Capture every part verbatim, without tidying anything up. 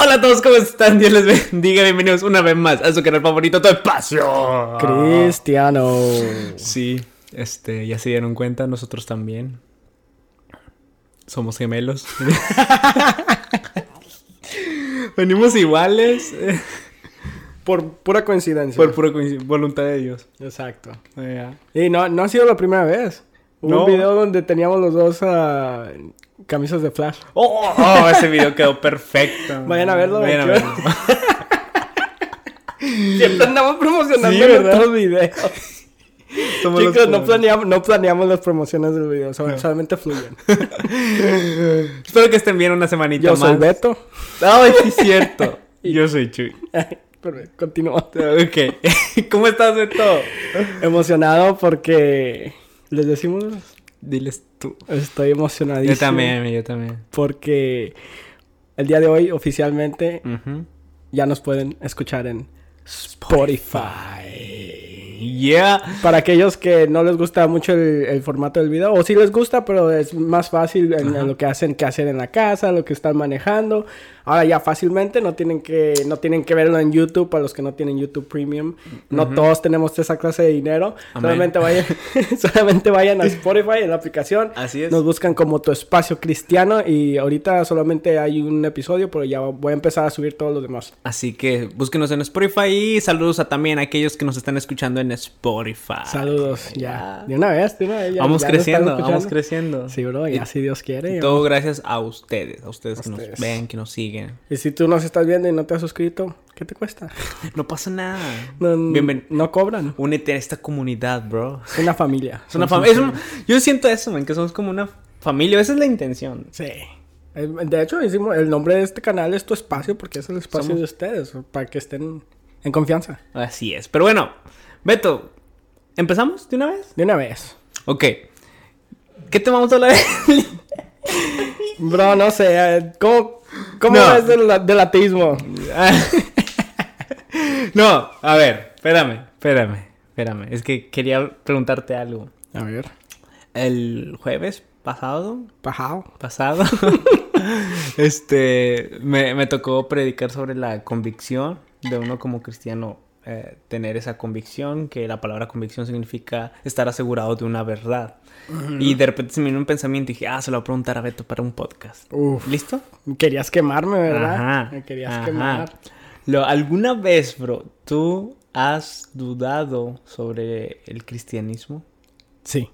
Hola a todos, ¿cómo están? Dios les bendiga, bienvenidos una vez más a su canal favorito, Tu Espacio Cristiano. Sí, este, ya se dieron cuenta, nosotros también somos gemelos. Venimos iguales. Por pura coincidencia. Por pura coincidencia, voluntad de Dios. Exacto. Yeah. Y no, no ha sido la primera vez. Hubo No. un video donde teníamos los dos uh, camisas de Flash. Oh, oh, ese video quedó perfecto. Vayan a verlo. Vayan a verlo. Siempre andamos promocionando Sí, ¿verdad? nuestros videos. Somos Chicos, los- no planeamos, no planeamos las promociones del video. sol- No. Solamente fluyen. Espero que estén bien una semanita Yo más. soy Beto. Ay, sí es cierto. Yo soy Chuy. Pero continúa. Ok. ¿Cómo estás, Beto? Emocionado porque... ¿Les decimos? Diles tú. Estoy emocionadísimo. Yo también, yo también. Porque el día de hoy oficialmente Ujú. ya nos pueden escuchar en Spotify. Yeah. Para aquellos que no les gusta mucho el, el formato del video, o sí les gusta, pero es más fácil en, en lo que hacen que hacer en la casa, lo que están manejando. Ahora ya fácilmente no tienen que no tienen que verlo en YouTube para los que no tienen YouTube Premium. No Ujú. todos tenemos esa clase de dinero. Amén. Solamente vayan, solamente vayan a Spotify en la aplicación. Así es. Nos buscan como Tu Espacio Cristiano y ahorita solamente hay un episodio, pero ya voy a empezar a subir todos los demás. Así que búsquenos en Spotify y saludos a también a aquellos que nos están escuchando en Spotify. Saludos, ya. De una vez, de una vez. Ya, Vamos ya nos están creciendo, escuchando. vamos creciendo. Sí, bro, ya si Dios quiere. Y ya. todo gracias a ustedes, a ustedes A que ustedes. nos ven, que nos siguen. Y si tú nos estás viendo y no te has suscrito, ¿qué te cuesta? No pasa nada. No, Bienven- no cobran. Únete a esta comunidad, bro. Es una familia. Es una Somos familia. Yo siento eso, man, que somos como una familia. Esa es la intención. Sí. Eh, De hecho, hicimos, el nombre de este canal es Tu Espacio porque es el espacio Somos- de ustedes, para que estén en confianza. Así es. Pero bueno, Beto, ¿empezamos de una vez? De una vez. Ok. ¿Qué te vamos a hablar? Bro, no sé, eh, ¿cómo, cómo No. es del, del ateísmo? No, a ver, espérame, espérame, espérame. Es que quería preguntarte algo. A ver. El jueves pasado, Pajao. pasado, este, me, me tocó predicar sobre la convicción de uno como cristiano, eh, tener esa convicción, que la palabra convicción significa estar asegurado de una verdad. Y de repente se me vino un pensamiento y dije, ah, se lo voy a preguntar a Beto para un podcast. Uf. ¿Listo? Querías quemarme, ¿verdad? Ajá, Me querías ajá. quemar. Lo, ¿alguna vez, bro, tú has dudado sobre el cristianismo? Sí.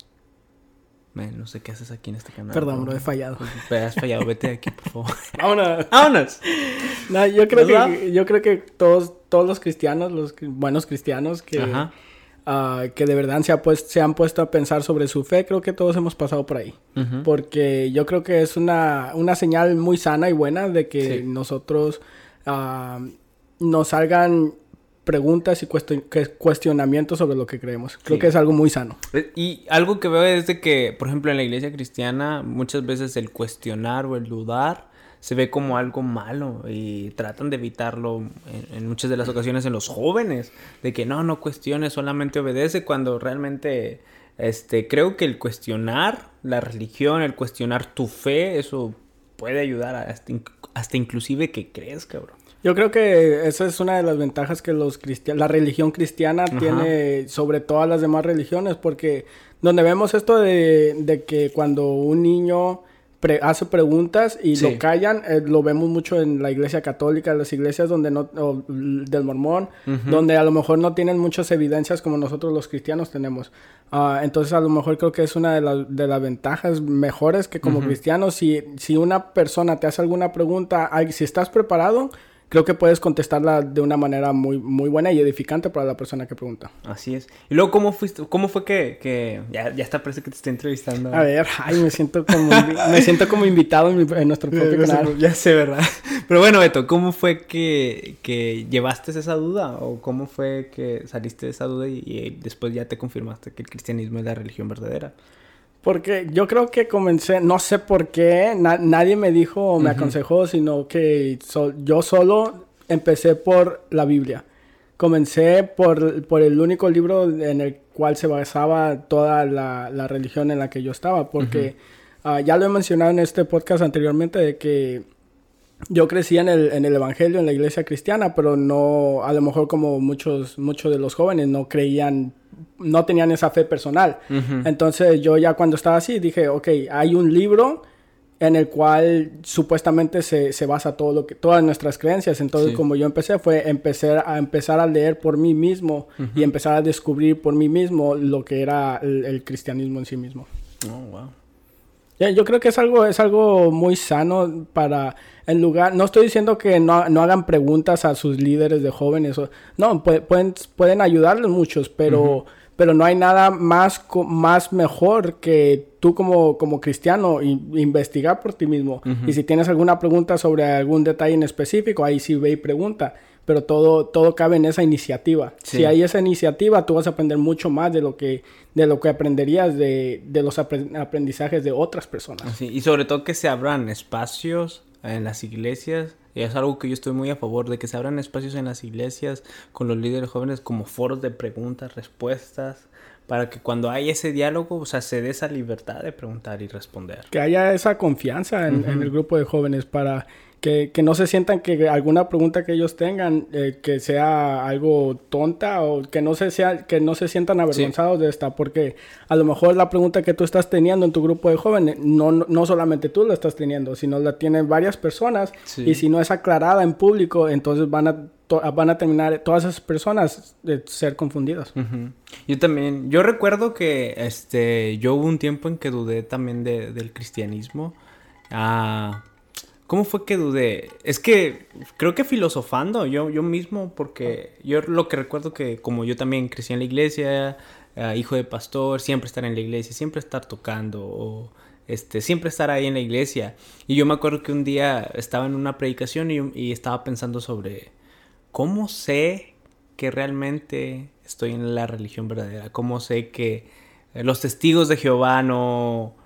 Man, no sé qué haces aquí en este canal. Perdón, bro, he fallado. Pero has fallado, vete de aquí, por favor. Vámonos. ¡Vámonos! No, yo creo ¿Verdad? que yo creo que todos todos los cristianos, los cri- buenos cristianos que Ajá. ah, que de verdad se, ha pues- se han puesto a pensar sobre su fe, creo que todos hemos pasado por ahí. Ujú. Porque yo creo que es una, una señal muy sana y buena de que Sí. nosotros ah, nos salgan preguntas y cuestion- que- cuestionamientos sobre lo que creemos. Creo Sí. que es algo muy sano. Y algo que veo es de que, por ejemplo, en la iglesia cristiana, muchas veces el cuestionar o el dudar se ve como algo malo y tratan de evitarlo en, en muchas de las ocasiones en los jóvenes, de que no, no cuestiones, solamente obedece, cuando realmente, este, creo que el cuestionar la religión, el cuestionar tu fe, eso puede ayudar a hasta, inc- hasta inclusive que crezca, bro. Yo creo que esa es una de las ventajas que los cristianos, la religión cristiana Ajá. tiene sobre todas las demás religiones, porque donde vemos esto de, de que cuando un niño pre- hace preguntas y Sí. lo callan, eh, lo vemos mucho en la iglesia católica, las iglesias donde no, o, l- del mormón, Ujú. donde a lo mejor no tienen muchas evidencias como nosotros los cristianos tenemos. Ah, entonces a lo mejor creo que es una de, la- de las ventajas mejores que como Ujú. cristianos, si, si una persona te hace alguna pregunta, ay, si estás preparado, creo que puedes contestarla de una manera muy, muy buena y edificante para la persona que pregunta. Así es. Y luego, ¿cómo fuiste? ¿Cómo fue que, que... Ya, ya está, parece que te estoy entrevistando. A ver, ay, me siento como, invi- me siento como invitado en, mi- en nuestro propio Ya sé, canal. ya sé, ¿verdad? Pero bueno, Beto, ¿cómo fue que, que llevaste esa duda? ¿O cómo fue que saliste de esa duda y, y después ya te confirmaste que el cristianismo es la religión verdadera? Porque yo creo que comencé, no sé por qué, na- nadie me dijo o me Ujú. aconsejó, sino que so- yo solo empecé por la Biblia. Comencé por, por el único libro en el cual se basaba toda la, la religión en la que yo estaba, porque ah, ya lo he mencionado en este podcast anteriormente de que yo crecí en el, en el evangelio, en la iglesia cristiana, pero no, a lo mejor como muchos, muchos de los jóvenes no creían, no tenían esa fe personal. Uh-huh. Entonces yo ya cuando estaba así dije, ok, hay un libro en el cual supuestamente se, se basa todo lo que, todas nuestras creencias. Entonces, sí. como yo empecé, fue empezar a, empezar a leer por mí mismo uh-huh. y empezar a descubrir por mí mismo lo que era el, el cristianismo en sí mismo. Oh, wow. Yeah, yo creo que es algo, es algo muy sano para, en lugar, no estoy diciendo que no, no hagan preguntas a sus líderes de jóvenes, o, no, pu- pueden, pueden ayudarles muchos, pero, uh-huh. pero no hay nada más, más mejor que tú como, como cristiano in, investigar por ti mismo. Uh-huh. Y si tienes alguna pregunta sobre algún detalle en específico, ahí sí ve y pregunta. Pero todo, todo cabe en esa iniciativa. Sí. Si hay esa iniciativa, tú vas a aprender mucho más de lo que, de lo que aprenderías de, de los aprendizajes de otras personas. Sí, y sobre todo que se abran espacios en las iglesias. Y es algo que yo estoy muy a favor, de que se abran espacios en las iglesias con los líderes jóvenes como foros de preguntas, respuestas, para que cuando hay ese diálogo, o sea, se dé esa libertad de preguntar y responder. Que haya esa confianza en, uh-huh. en el grupo de jóvenes para... Que, que no se sientan que alguna pregunta que ellos tengan eh, que sea algo tonta o que no se sea, que no se sientan avergonzados sí. de esta, porque a lo mejor la pregunta que tú estás teniendo en tu grupo de jóvenes no, no, no solamente tú la estás teniendo, sino la tienen varias personas sí. y si no es aclarada en público, entonces van a, to- van a terminar todas esas personas de ser confundidas. Uh-huh. Yo también, yo recuerdo que este, yo hubo un tiempo en que dudé también de, del cristianismo. Ah... Uh, ¿Cómo fue que dudé? Es que creo que filosofando yo, yo mismo, porque yo lo que recuerdo que como yo también crecí en la iglesia, uh, hijo de pastor, siempre estar en la iglesia, siempre estar tocando, o este, siempre estar ahí en la iglesia. Y yo me acuerdo que un día estaba en una predicación y, y estaba pensando sobre cómo sé que realmente estoy en la religión verdadera, cómo sé que los testigos de Jehová no...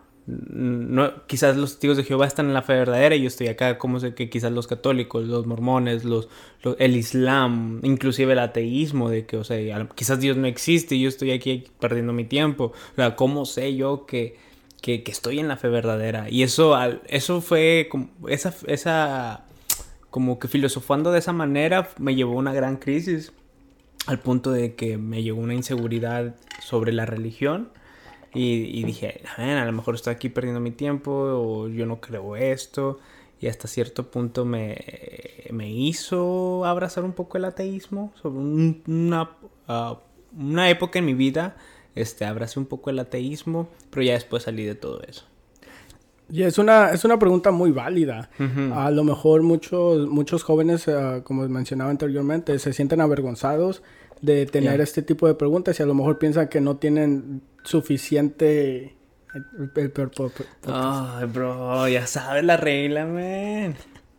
No, quizás los testigos de Jehová están en la fe verdadera y yo estoy acá, como sé que quizás los católicos, los mormones, los, los el islam, inclusive el ateísmo, de que, o sea, quizás Dios no existe y yo estoy aquí perdiendo mi tiempo. O sea, ¿cómo sé yo que, que, que estoy en la fe verdadera? Y eso, eso fue, como, esa, esa, como que filosofando de esa manera me llevó a una gran crisis, al punto de que me llegó una inseguridad sobre la religión. Y, y dije, a lo mejor estoy aquí perdiendo mi tiempo o yo no creo esto. Y hasta cierto punto me, me hizo abrazar un poco el ateísmo. Sobre un, una, uh, una época en mi vida este, abracé un poco el ateísmo, pero ya después salí de todo eso. Y es una, es una pregunta muy válida. Uh-huh. A lo mejor muchos, muchos jóvenes, uh, como mencionaba anteriormente, se sienten avergonzados de tener yeah. este tipo de preguntas y a lo mejor piensan que no tienen suficiente... El, el peor podcast. Ay, bro, ya sabes la regla, man.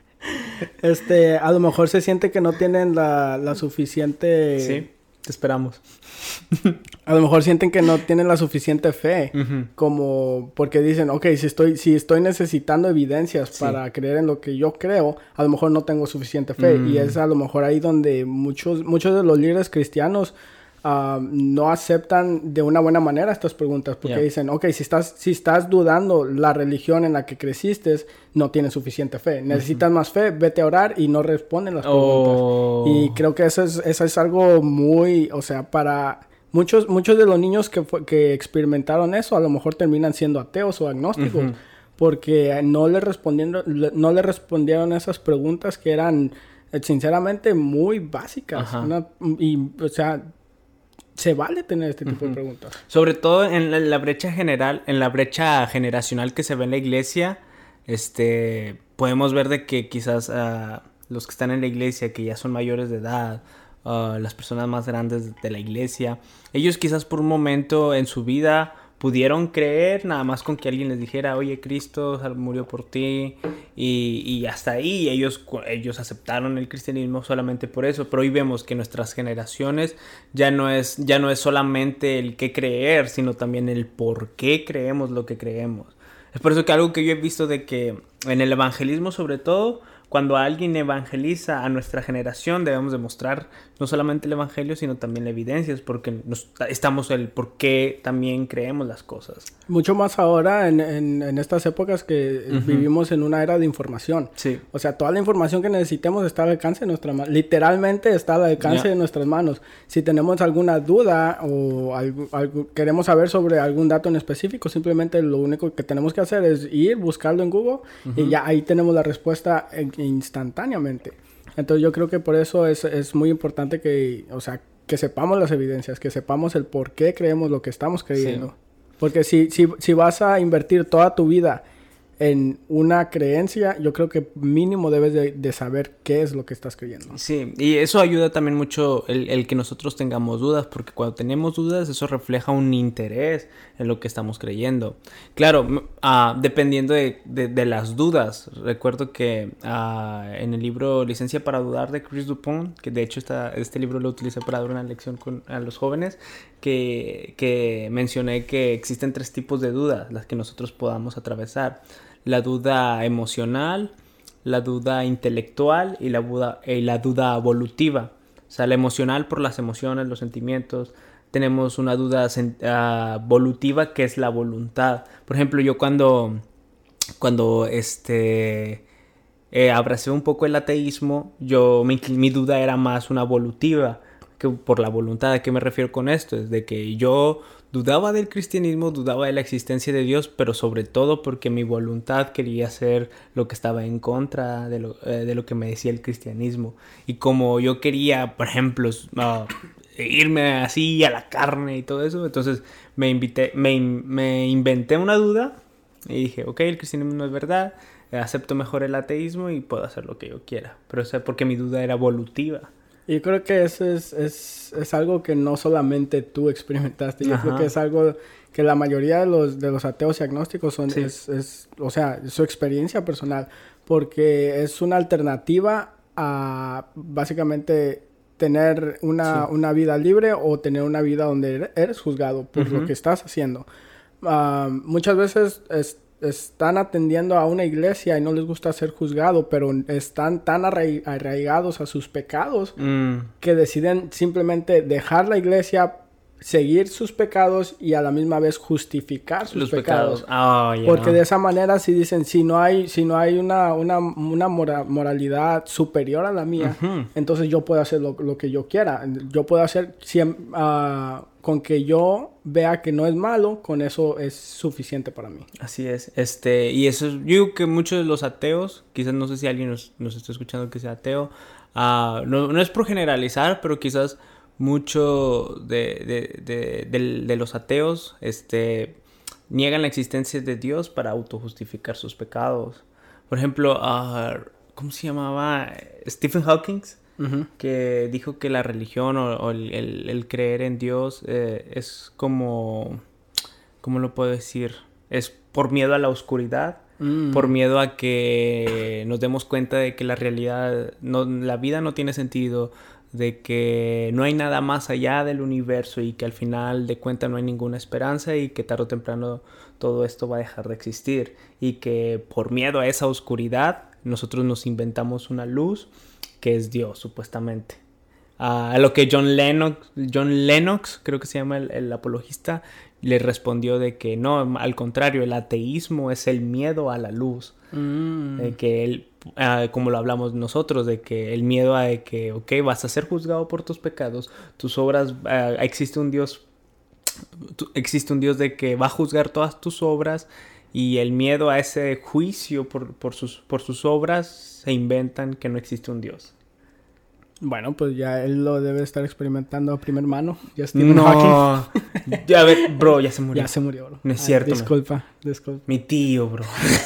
Este, a lo mejor se siente que no tienen la, la suficiente... Sí, te esperamos. A lo mejor sienten que no tienen la suficiente fe, uh-huh. como porque dicen, ok, si estoy, si estoy necesitando evidencias sí. para creer en lo que yo creo, a lo mejor no tengo suficiente fe. Mm. Y es a lo mejor ahí donde muchos, muchos de los líderes cristianos uh, no aceptan de una buena manera estas preguntas, porque yeah. dicen, ok, si estás, si estás dudando la religión en la que creciste, no tienes suficiente fe. Necesitas uh-huh. más fe, vete a orar y no responden las preguntas. Oh. Y creo que eso es, eso es algo muy, o sea, para... Muchos, muchos de los niños que, fue, que experimentaron eso a lo mejor terminan siendo ateos o agnósticos uh-huh. porque no le respondieron, no le respondieron esas preguntas que eran sinceramente muy básicas. Uh-huh. Una, y, o sea, se vale tener este tipo uh-huh. de preguntas. Sobre todo en la, la brecha general, en la brecha generacional que se ve en la iglesia, este, podemos ver de que quizás uh, los que están en la iglesia, que ya son mayores de edad, Uh, las personas más grandes de la iglesia, ellos quizás por un momento en su vida pudieron creer nada más con que alguien les dijera, oye, Cristo murió por ti, y, y hasta ahí ellos, ellos aceptaron el cristianismo solamente por eso. Pero hoy vemos que nuestras generaciones ya no es, ya no es solamente el qué creer, sino también el por qué creemos lo que creemos. Es por eso que algo que yo he visto de que en el evangelismo sobre todo, cuando alguien evangeliza a nuestra generación, debemos demostrar no solamente el evangelio, sino también la evidencia, porque nos, estamos el por qué también creemos las cosas. Mucho más ahora en, en, en estas épocas que uh-huh. vivimos en una era de información. Sí. O sea, toda la información que necesitemos está al alcance de nuestras manos. Literalmente está al alcance yeah. de nuestras manos. Si tenemos alguna duda o algo, algo, queremos saber sobre algún dato en específico, simplemente lo único que tenemos que hacer es ir, buscarlo en Google uh-huh. y ya ahí tenemos la respuesta instantáneamente. Entonces yo creo que por eso es, es muy importante que, o sea, que sepamos las evidencias, que sepamos el por qué creemos lo que estamos creyendo. Sí. Porque si, si, si vas a invertir toda tu vida en una creencia, yo creo que mínimo debes de, de saber qué es lo que estás creyendo. Sí, y eso ayuda también mucho el, el que nosotros tengamos dudas, porque cuando tenemos dudas eso refleja un interés en lo que estamos creyendo. Claro, uh, dependiendo de, de, de las dudas. Recuerdo que uh, en el libro Licencia para Dudar de Chris Dupont, que de hecho esta, este libro lo utilicé para dar una lección con, a los jóvenes, que, que mencioné que existen tres tipos de dudas, las que nosotros podamos atravesar. La duda emocional, la duda intelectual y la duda, y la duda evolutiva. O sea, la emocional por las emociones, los sentimientos. Tenemos una duda uh, evolutiva que es la voluntad. Por ejemplo, yo cuando, cuando este, eh, abracé un poco el ateísmo, yo, mi, mi duda era más una evolutiva que por la voluntad. ¿A qué me refiero con esto? Es de que yo dudaba del cristianismo, dudaba de la existencia de Dios, pero sobre todo porque mi voluntad quería hacer lo que estaba en contra de lo, eh, de lo que me decía el cristianismo. Y como yo quería, por ejemplo, uh, irme así a la carne y todo eso, entonces me, invité, me, me inventé una duda y dije, ok, el cristianismo no es verdad, acepto mejor el ateísmo y puedo hacer lo que yo quiera. Pero o sea, porque mi duda era evolutiva. Y creo que eso es, es, es algo que no solamente tú experimentaste. Yo Ajá. creo que es algo que la mayoría de los, de los ateos y agnósticos son... Sí. Es, es, o sea, su experiencia personal. Porque es una alternativa a básicamente tener una, sí. una vida libre o tener una vida donde eres juzgado por uh-huh. lo que estás haciendo. Uh, muchas veces... Es, están atendiendo a una iglesia y no les gusta ser juzgado, pero están tan arra- arraigados a sus pecados mm. que deciden simplemente dejar la iglesia, seguir sus pecados y a la misma vez justificar sus Los pecados. pecados. Oh, yeah. Porque de esa manera si dicen, si no hay, si no hay una, una, una mora- moralidad superior a la mía, uh-huh. entonces yo puedo hacer lo, lo que yo quiera. Yo puedo hacer siempre... Uh, con que yo vea que no es malo, con eso es suficiente para mí. Así es. Este, y eso, yo digo que muchos de los ateos, quizás no sé si alguien nos, nos está escuchando que sea ateo, uh, no, no es por generalizar, pero quizás mucho de, de, de, de, de los ateos este, niegan la existencia de Dios para autojustificar sus pecados. Por ejemplo, uh, ¿cómo se llamaba? Stephen Hawking. Uh-huh. Que dijo que la religión o, o el, el, el creer en Dios eh, es como... ¿Cómo lo puedo decir? Es por miedo a la oscuridad, mm. por miedo a que nos demos cuenta de que la realidad, no, la vida no tiene sentido, de que no hay nada más allá del universo y que al final de cuentas no hay ninguna esperanza y que tarde o temprano todo esto va a dejar de existir. Y que por miedo a esa oscuridad nosotros nos inventamos una luz que es Dios, supuestamente. Uh, a lo que John Lennox, John Lennox, creo que se llama el, el apologista, le respondió de que no, al contrario, el ateísmo es el miedo a la luz. Mm. De que él, uh, como lo hablamos nosotros, de que el miedo a de que, ok, vas a ser juzgado por tus pecados, tus obras, uh, existe un Dios, existe un Dios de que va a juzgar todas tus obras. Y el miedo a ese juicio por, por, sus, por sus obras se inventan que no existe un Dios. Bueno, pues ya él lo debe estar experimentando a primer mano. Ya Stephen no. Hawking. Ya, a ver, bro, ya se murió. Ya se murió, bro. No es cierto. Ay, disculpa, man. disculpa. Mi tío, bro.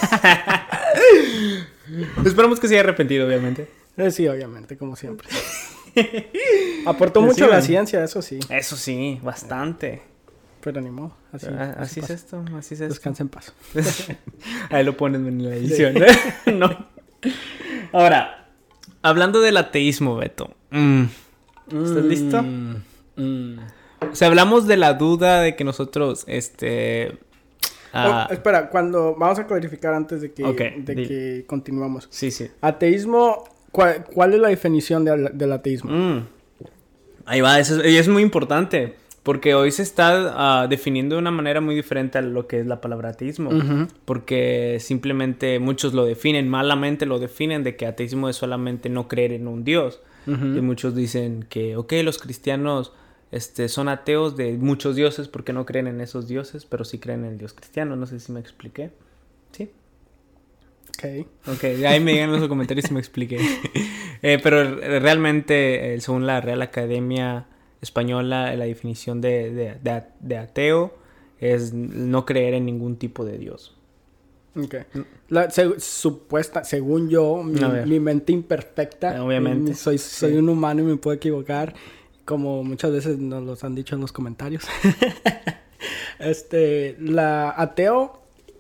Esperamos que se haya arrepentido, obviamente. Eh, sí, obviamente, como siempre. Aportó mucho sí, a la ciencia, eso sí. Eso sí, bastante. Pero ni modo. Así, ah, así es esto, así es esto. Descansa en paz. Ahí lo pones en la edición. Sí. No. Ahora, hablando del ateísmo, Beto. Mm. ¿Estás mm. listo? Mm. O sea, hablamos de la duda de que nosotros, este... Uh, oh, espera, cuando... Vamos a clarificar antes de que, okay, de di- que continuamos. Sí, sí. Ateísmo... ¿Cuál, cuál es la definición de, del ateísmo? Mm. Ahí va, eso es, y es muy importante. Porque hoy se está uh, definiendo de una manera muy diferente a lo que es la palabra ateísmo. Uh-huh. Porque simplemente muchos lo definen, malamente lo definen, de que ateísmo es solamente no creer en un Dios. Uh-huh. Y muchos dicen que, ok, los cristianos este, son ateos de muchos dioses porque no creen en esos dioses, pero sí creen en el Dios cristiano. No sé si me expliqué. ¿Sí? Ok. Ok, ahí me digan en los comentarios si me expliqué. eh, pero realmente, eh, según la Real Academia Española, la definición de, de, de, de ateo es no creer en ningún tipo de Dios. Ok. La, se, supuesta, según yo, mi, mi mente imperfecta. Obviamente. Mi, soy, soy sí. un humano y me puedo equivocar. Como muchas veces nos los han dicho en los comentarios. este, la ateo,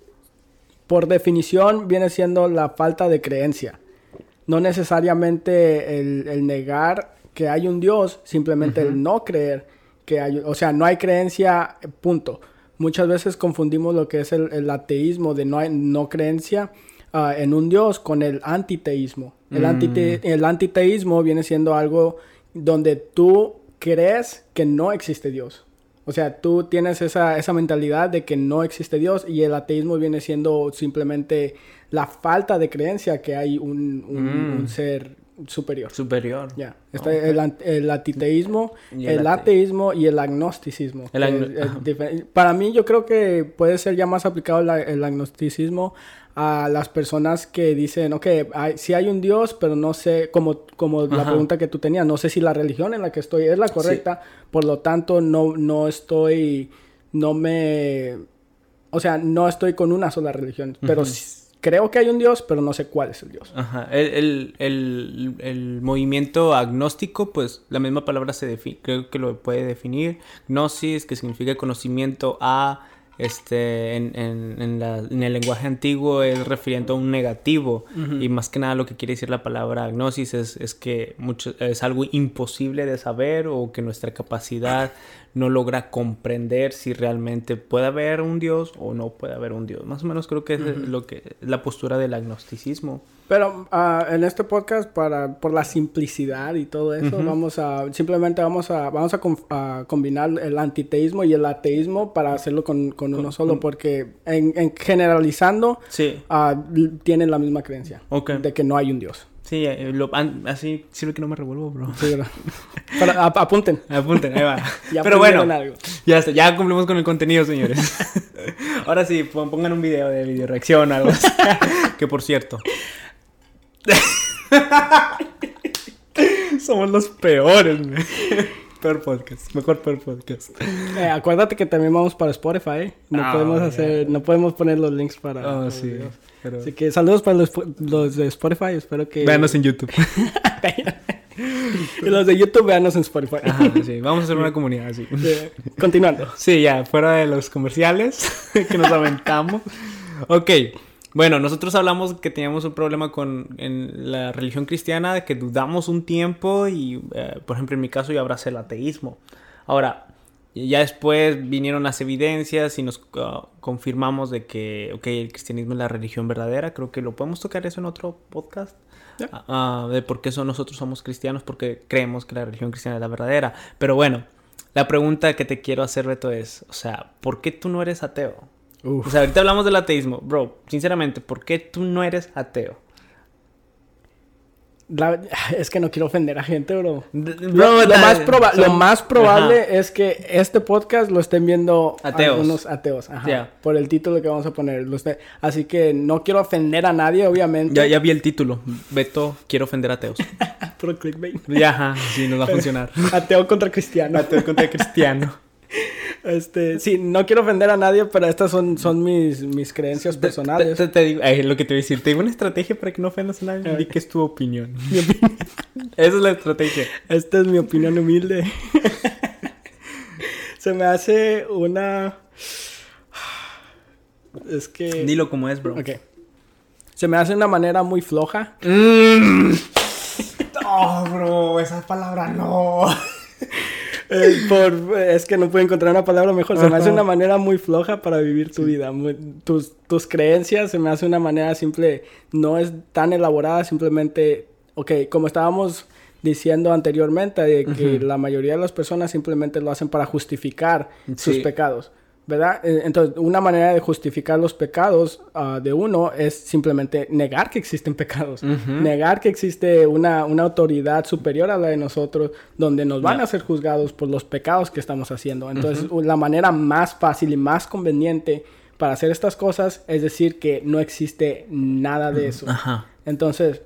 por definición, viene siendo la falta de creencia. No necesariamente el, el negar que hay un Dios, simplemente uh-huh. el no creer que hay... O sea, no hay creencia, punto. Muchas veces confundimos lo que es el, el ateísmo de no, hay, no creencia uh, en un Dios con el antiteísmo. El, mm. antite, el antiteísmo viene siendo algo donde tú crees que no existe Dios. O sea, tú tienes esa, esa mentalidad de que no existe Dios, y el ateísmo viene siendo simplemente la falta de creencia que hay un, un, mm. un ser superior. Superior. Ya. Yeah. Está okay. el, el antiteísmo, el, el ateísmo y el agnosticismo. El agno- es, es Para mí, yo creo que puede ser ya más aplicado la, el agnosticismo a las personas que dicen, ok, hay, sí hay un Dios, pero no sé, como, como la pregunta que tú tenías, no sé si la religión en la que estoy es la correcta, sí. por lo tanto, no, no estoy, no me, o sea, no estoy con una sola religión, uh-huh. pero sí, creo que hay un Dios, pero no sé cuál es el Dios. Ajá. El, el, el, el movimiento agnóstico, pues la misma palabra se define, creo que lo puede definir. Gnosis, que significa conocimiento a, este, en, en, en, la, en el lenguaje antiguo es refiriendo a un negativo. Uh-huh. Y más que nada lo que quiere decir la palabra gnosis es, es que mucho, es algo imposible de saber, o que nuestra capacidad no logra comprender si realmente puede haber un Dios o no puede haber un Dios. Más o menos creo que es uh-huh. lo que la postura del agnosticismo. Pero uh, en este podcast, para por la simplicidad y todo eso, uh-huh. vamos a simplemente vamos a vamos a, com- a combinar el antiteísmo y el ateísmo para hacerlo con, con uno con, solo, porque en, en generalizando sí. uh, tienen la misma creencia okay. de que no hay un Dios. Sí, eh, lo, an, así sirve que no me revuelvo, bro. Sí, bro. Pero ap- apunten. Apunten, ahí va. Ya Pero bueno, algo. ya está, ya cumplimos con el contenido, señores. Ahora sí, pongan un video de video reacción o algo así. Que por cierto. Somos los peores, man. Peor podcast, mejor peor podcast. Eh, acuérdate que también vamos para Spotify, ¿eh? No oh, podemos hacer, yeah. no podemos poner los links para. Oh, para sí. Pero... Así que saludos para los, los de Spotify, espero que. Véanos en YouTube. Y los de YouTube, véanos en Spotify. Ajá, sí, vamos a hacer una comunidad así. Sí. Continuando. Sí, ya, fuera de los comerciales que nos aventamos. Ok. Bueno, nosotros hablamos que teníamos un problema con en la religión cristiana, de que dudamos un tiempo y, eh, por ejemplo, en mi caso yo abracé el ateísmo. Ahora, ya después vinieron las evidencias y nos uh, confirmamos de que, ok, el cristianismo es la religión verdadera. Creo que lo podemos tocar eso en otro podcast. Yeah. Uh, de por qué son, nosotros somos cristianos, porque creemos que la religión cristiana es la verdadera. Pero bueno, la pregunta que te quiero hacer, Beto, es, o sea, ¿por qué tú no eres ateo? Uf. O sea, ahorita hablamos del ateísmo. Bro, sinceramente, ¿por qué tú no eres ateo? La, es que no quiero ofender a gente, bro. bro lo, lo, más proba- son... lo más probable ajá. es que este podcast lo estén viendo ateos. algunos ateos. Ajá, yeah. Por el título que vamos a poner. Te... Así que no quiero ofender a nadie, obviamente. Ya, ya vi el título. Beto, quiero ofender a ateos. Puro clickbait. Ya, ajá. Sí, nos va a funcionar. Ateo contra cristiano. Ateo contra cristiano. Este, sí, no quiero ofender a nadie, pero estas son, son mis, mis creencias personales. Te, te, te digo, ay, lo que te voy a decir, te digo una estrategia para que no ofendas a nadie. Di que es tu opinión. Mi opinión. Esa es la estrategia. Esta es mi opinión humilde. Se me hace una... Es que... Dilo como es, bro. Ok. Se me hace una manera muy floja. Mm. Oh, bro, esa palabra no... eh, por, es que no puedo encontrar una palabra mejor. Se me hace una manera muy floja para vivir tu sí. vida. Muy, tus, tus creencias se me hace una manera simple. No es tan elaborada, simplemente... Ok, como estábamos diciendo anteriormente, de que uh-huh. la mayoría de las personas simplemente lo hacen para justificar sí. sus pecados. ¿Verdad? Entonces, una manera de justificar los pecados uh, de uno es simplemente negar que existen pecados. Uh-huh. Negar que existe una, una autoridad superior a la de nosotros, donde nos van yeah. a ser juzgados por los pecados que estamos haciendo. Entonces, uh-huh. la manera más fácil y más conveniente para hacer estas cosas es decir que no existe nada de eso. Uh-huh. Entonces,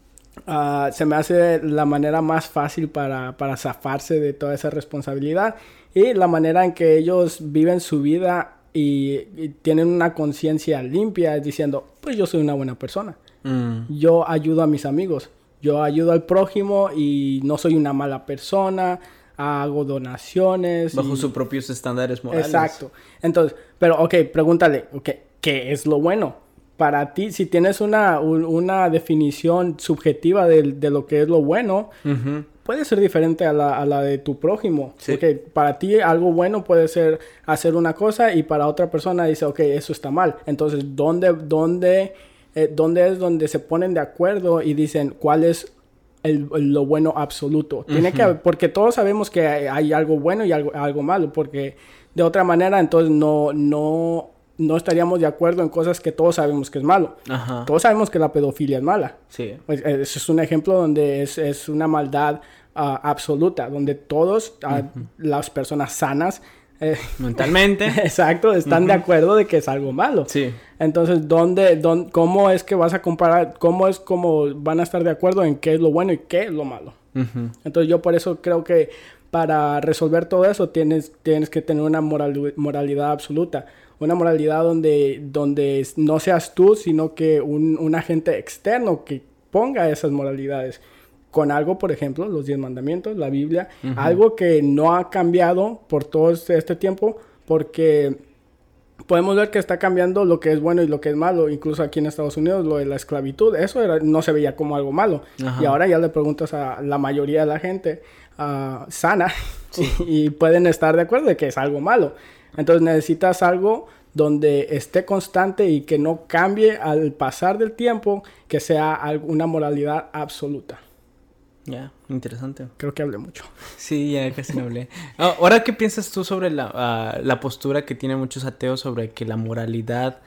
uh, se me hace la manera más fácil para, para zafarse de toda esa responsabilidad. Y la manera en que ellos viven su vida y, y tienen una conciencia limpia es diciendo, pues yo soy una buena persona. Mm. Yo ayudo a mis amigos. Yo ayudo al prójimo y no soy una mala persona. Hago donaciones. Bajo y... sus propios estándares morales. Exacto. Entonces, pero ok, pregúntale, okay, ¿qué es lo bueno? Para ti, si tienes una, un, una definición subjetiva de, de lo que es lo bueno... Uh-huh. Puede ser diferente a la, a la de tu prójimo. Sí. Porque para ti algo bueno puede ser hacer una cosa y para otra persona dice, ok, eso está mal. Entonces, ¿dónde, dónde, eh, dónde es donde se ponen de acuerdo y dicen cuál es el, el, lo bueno absoluto? Uh-huh. Tiene que haber, porque todos sabemos que hay, hay algo bueno y algo, algo malo. Porque de otra manera, entonces no... no no estaríamos de acuerdo en cosas que todos sabemos que es malo. Ajá. Todos sabemos que la pedofilia es mala. Sí. Pues, ese es un ejemplo donde es, es una maldad uh, absoluta, donde todos, uh, uh-huh. las personas sanas... Eh, mentalmente. Exacto, están uh-huh. de acuerdo de que es algo malo. Sí. Entonces, ¿dónde, dónde, ¿cómo es que vas a comparar? ¿Cómo es como van a estar de acuerdo en qué es lo bueno y qué es lo malo? Uh-huh. Entonces, yo por eso creo que para resolver todo eso tienes, tienes que tener una moral, moralidad absoluta. Una moralidad donde, donde no seas tú, sino que un, un agente externo que ponga esas moralidades. Con algo, por ejemplo, los diez mandamientos, la Biblia. Uh-huh. Algo que no ha cambiado por todo este, este tiempo, porque podemos ver que está cambiando lo que es bueno y lo que es malo. Incluso aquí en Estados Unidos, lo de la esclavitud, eso era, no se veía como algo malo. Uh-huh. Y ahora ya le preguntas a la mayoría de la gente uh, sana sí. y, y pueden estar de acuerdo de que es algo malo. Entonces necesitas algo donde esté constante y que no cambie al pasar del tiempo, que sea una moralidad absoluta. Ya, yeah, interesante. Creo que hablé mucho. Sí, ya casi no hablé. Ahora, ¿qué piensas tú sobre la, uh, la postura que tienen muchos ateos sobre que la moralidad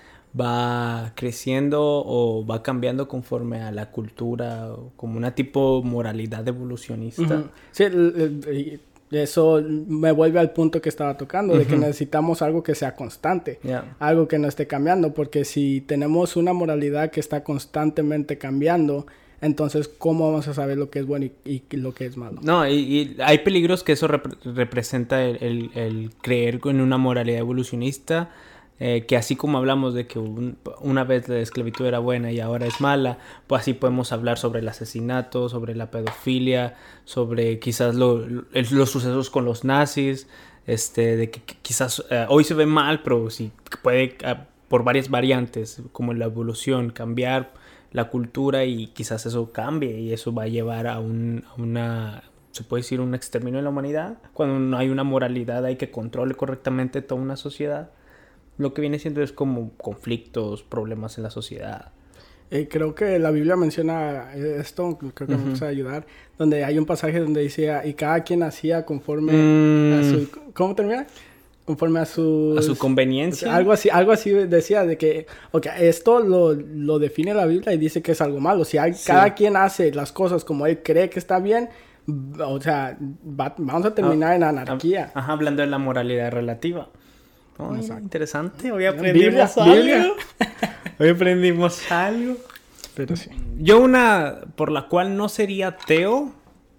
va creciendo o va cambiando conforme a la cultura, o como una tipo moralidad evolucionista? Uh-huh. Sí, el, el, el, eso me vuelve al punto que estaba tocando, uh-huh. de que necesitamos algo que sea constante, yeah. algo que no esté cambiando, porque si tenemos una moralidad que está constantemente cambiando, entonces, ¿cómo vamos a saber lo que es bueno y, y lo que es malo? No, y, y hay peligros que eso rep- representa el, el, el creer en una moralidad evolucionista, eh, que así como hablamos de que un, una vez la esclavitud era buena y ahora es mala, pues así podemos hablar sobre el asesinato, sobre la pedofilia, sobre quizás lo, lo, los sucesos con los nazis, este, de que, que quizás uh, hoy se ve mal, pero sí puede, uh, por varias variantes, como la evolución, cambiar la cultura y quizás eso cambie y eso va a llevar a, un, a una, se puede decir, un exterminio de la humanidad. Cuando no hay una moralidad hay que controle correctamente toda una sociedad. Lo que viene siendo es como conflictos, problemas en la sociedad. Eh, creo que la Biblia menciona esto, creo que uh-huh. me puede ayudar, donde hay un pasaje donde dice, y cada quien hacía conforme mm. a su... ¿Cómo termina? Conforme a su... A su conveniencia. Algo así, algo así decía de que... Okay, esto lo, lo define la Biblia y dice que es algo malo. Si hay, sí. cada quien hace las cosas como él cree que está bien, o sea, va, vamos a terminar ah, en anarquía. Ajá, hablando de la moralidad relativa. Oh, interesante. Hoy aprendimos Biblia, algo. Biblia. Hoy aprendimos algo. Pero sí. Yo una por la cual no sería ateo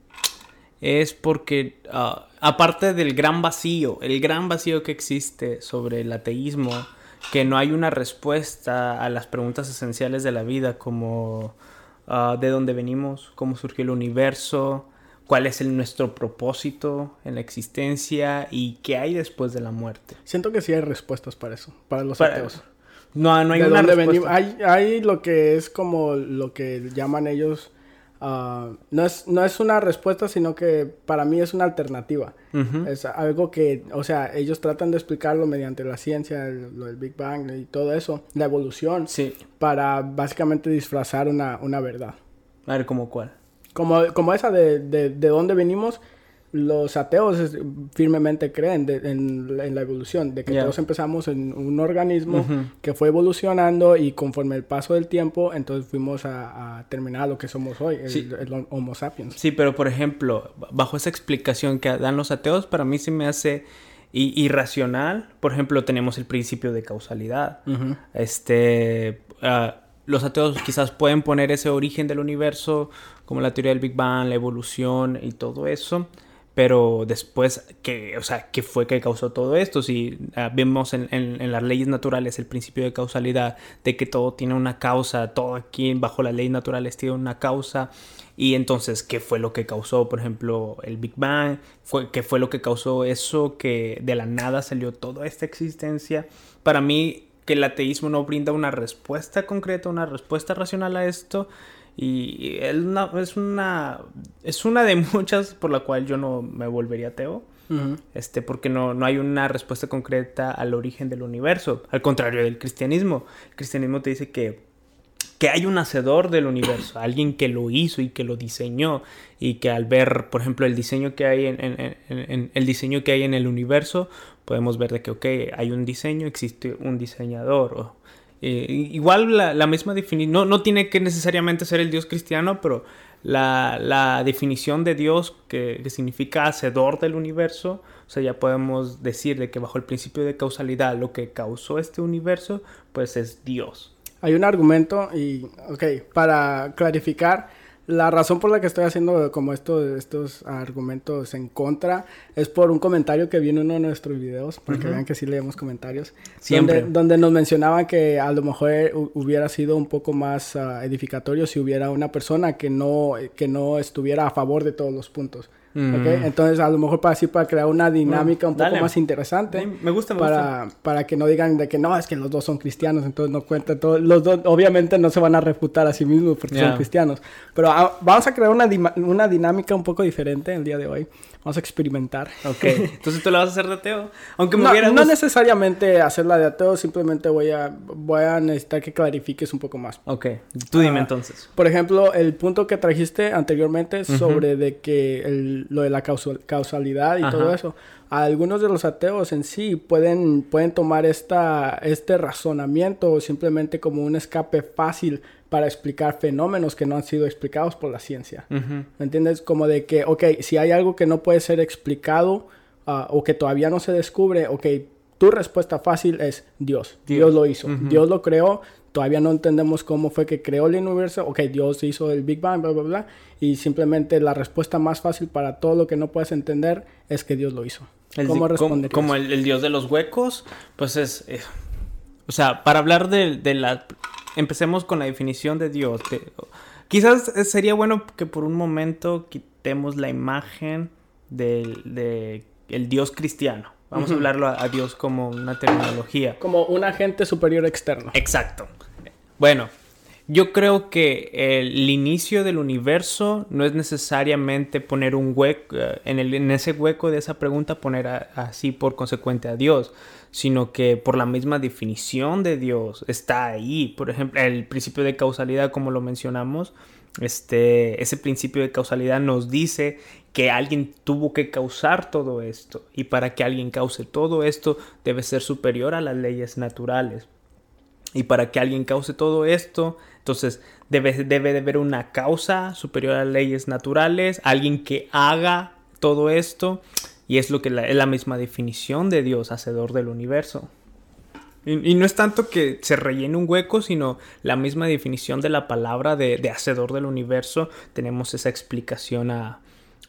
es porque... Uh, aparte del gran vacío, el gran vacío que existe sobre el ateísmo, que no hay una respuesta a las preguntas esenciales de la vida, como uh, de dónde venimos, cómo surgió el universo, cuál es el, nuestro propósito en la existencia y qué hay después de la muerte. Siento que sí hay respuestas para eso, para los para, ateos. No, no hay una respuesta. Hay, hay lo que es como lo que llaman ellos... uh, no es, no es una respuesta, sino que para mí es una alternativa. Uh-huh. Es algo que, o sea, ellos tratan de explicarlo mediante la ciencia, el, lo del Big Bang y todo eso, la evolución, sí, para básicamente disfrazar una, una verdad. A ver, ¿cómo cuál? Como, como esa de, de, de dónde venimos. Los ateos es, firmemente creen de, en, en la evolución, de que yeah. todos empezamos en un organismo uh-huh. que fue evolucionando y conforme el paso del tiempo, entonces fuimos a, a terminar lo que somos hoy, el, sí. el, el Homo sapiens. Sí, pero por ejemplo, bajo esa explicación que dan los ateos, para mí se me hace i- irracional. Por ejemplo, tenemos el principio de causalidad. Uh-huh. Este... Uh, Los ateos quizás pueden poner ese origen del universo, como la teoría del Big Bang, la evolución y todo eso. Pero después, ¿qué, o sea, ¿qué fue que causó todo esto? Si uh, vemos en, en, en las leyes naturales el principio de causalidad, de que todo tiene una causa, todo aquí bajo las leyes naturales tiene una causa. Y entonces, ¿qué fue lo que causó, por ejemplo, el Big Bang? Fue, ¿Qué fue lo que causó eso? Que de la nada salió toda esta existencia. Para mí, que el ateísmo no brinda una respuesta concreta, una respuesta racional a esto. Y es una, es una, es una de muchas por la cual yo no me volvería ateo. Uh-huh. Este, porque no, no hay una respuesta concreta al origen del universo. Al contrario del cristianismo. El cristianismo te dice que, que hay un hacedor del universo. Alguien que lo hizo y que lo diseñó. Y que al ver, por ejemplo, el diseño que hay en, en, en, en, el diseño que hay en el universo, podemos ver de que, ok, hay un diseño, existe un diseñador. O, Eh, igual la, la misma definición, no, no tiene que necesariamente ser el Dios cristiano, pero la, la definición de Dios que, que significa hacedor del universo, o sea, ya podemos decir de que bajo el principio de causalidad lo que causó este universo, pues es Dios. Hay un argumento y, ok, para clarificar, la razón por la que estoy haciendo como estos, estos argumentos en contra es por un comentario que vi en uno de nuestros videos, para uh-huh. que vean que sí leemos comentarios. Siempre. Donde, donde nos mencionaban que a lo mejor hubiera sido un poco más uh, edificatorio si hubiera una persona que no, que no estuviera a favor de todos los puntos. Mm. ¿Okay? Entonces, a lo mejor para así para crear una dinámica un poco Dale. más interesante. Me gusta, me para, gusta. Para que no digan de que no, es que los dos son cristianos, entonces no cuenta todo. Los dos obviamente no se van a refutar a sí mismos porque yeah. son cristianos. Pero a, vamos a crear una, una dinámica un poco diferente el día de hoy. Vamos a experimentar. Ok. Entonces tú la vas a hacer de ateo. Aunque me no, hubiera no necesariamente hacerla de ateo, simplemente voy a, voy a necesitar que clarifiques un poco más. Ok. Tú dime uh, entonces. Por ejemplo, el punto que trajiste anteriormente uh-huh. sobre de que el, lo de la causal, causalidad y Ajá. todo eso. Algunos de los ateos en sí pueden, pueden tomar esta, este razonamiento simplemente como un escape fácil para explicar fenómenos que no han sido explicados por la ciencia. Uh-huh. ¿Me entiendes? Como de que, ok, si hay algo que no puede ser explicado uh, o que todavía no se descubre, ok, tu respuesta fácil es Dios. Dios, Dios lo hizo. Uh-huh. Dios lo creó. Todavía no entendemos cómo fue que creó el universo. Ok, Dios hizo el Big Bang, bla, bla, bla. Y simplemente la respuesta más fácil para todo lo que no puedes entender es que Dios lo hizo. El ¿Cómo di- responderías? Como, como el, el Dios de los huecos, pues es... Eh, o sea, para hablar de, de la... Empecemos con la definición de Dios. De, quizás sería bueno que por un momento quitemos la imagen del de el Dios cristiano. Vamos uh-huh. a hablarlo a, a Dios como una terminología. Como un agente superior externo. Exacto. Bueno, yo creo que el inicio del universo no es necesariamente poner un hueco, en, el, en ese hueco de esa pregunta poner a, así por consecuente a Dios, sino que por la misma definición de Dios está ahí. Por ejemplo, el principio de causalidad, como lo mencionamos, este, ese principio de causalidad nos dice que alguien tuvo que causar todo esto, y para que alguien cause todo esto debe ser superior a las leyes naturales. Y para que alguien cause todo esto, entonces debe, debe de haber una causa superior a las leyes naturales, alguien que haga todo esto, y es lo que la, es la misma definición de Dios, hacedor del universo. Y, y no es tanto que se rellene un hueco, sino la misma definición de la palabra de, de hacedor del universo. Tenemos esa explicación a,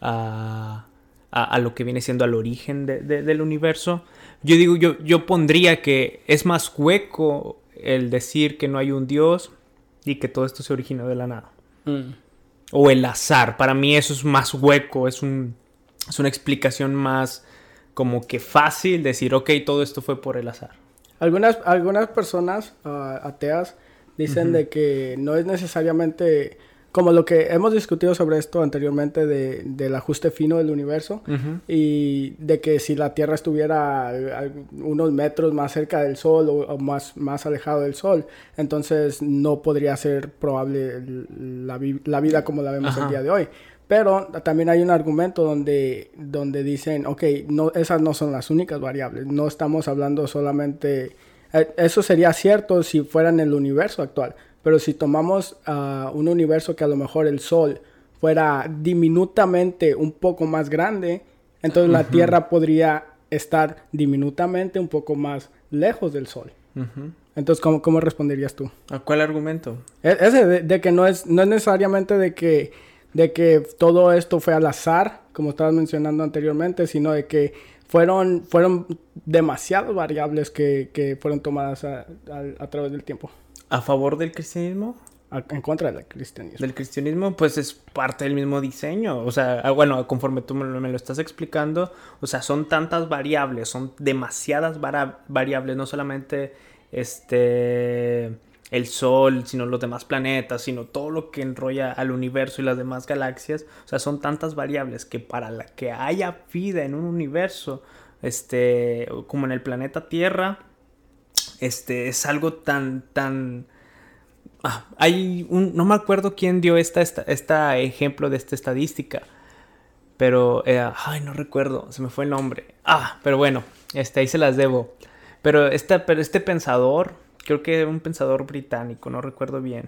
a, a, a lo que viene siendo al origen de, de, del universo. Yo digo, yo, yo pondría que es más hueco el decir que no hay un Dios y que todo esto se originó de la nada. Mm. O el azar. Para mí eso es más hueco, es un... Es una explicación más como que fácil decir, ok, todo esto fue por el azar. Algunas, algunas personas uh, ateas dicen uh-huh. de que no es necesariamente como lo que hemos discutido sobre esto anteriormente de, del ajuste fino del universo uh-huh. y de que si la Tierra estuviera a, a unos metros más cerca del Sol o, o más, más alejado del Sol, entonces no podría ser probable la, la vida como la vemos uh-huh. el día de hoy. Pero también hay un argumento donde, donde dicen, ok, no, esas no son las únicas variables, no estamos hablando solamente... Eh, eso sería cierto si fuera en el universo actual. Pero si tomamos uh, un universo que a lo mejor el Sol fuera diminutamente un poco más grande, entonces uh-huh. la Tierra podría estar diminutamente un poco más lejos del Sol. Uh-huh. Entonces, ¿cómo, cómo responderías tú? ¿A cuál argumento? E- ese de, de que no es, no es necesariamente de que, de que todo esto fue al azar, como estabas mencionando anteriormente, sino de que fueron, fueron demasiadas variables que, que fueron tomadas a, a, a través del tiempo. ¿A favor del cristianismo? En contra del cristianismo. Del cristianismo, pues es parte del mismo diseño. O sea, bueno, conforme tú me lo, me lo estás explicando, o sea, son tantas variables, son demasiadas vara- variables, no solamente este el Sol, sino los demás planetas, sino todo lo que enrolla al universo y las demás galaxias. O sea, son tantas variables que para la que haya vida en un universo, este, como en el planeta Tierra, Este, es algo tan, tan... Ah, hay un... No me acuerdo quién dio esta, esta, esta ejemplo de esta estadística. Pero... Eh, ay, no recuerdo. Se me fue el nombre. Ah, pero bueno. Este, ahí se las debo. Pero este, pero este pensador... Creo que era un pensador británico. No recuerdo bien.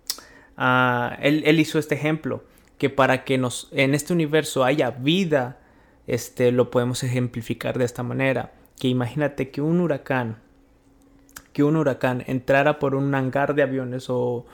Ah, él, él hizo este ejemplo. Que para que nos, en este universo haya vida... Este, lo podemos ejemplificar de esta manera. Que imagínate que un huracán... que un huracán entrara por un hangar de aviones o,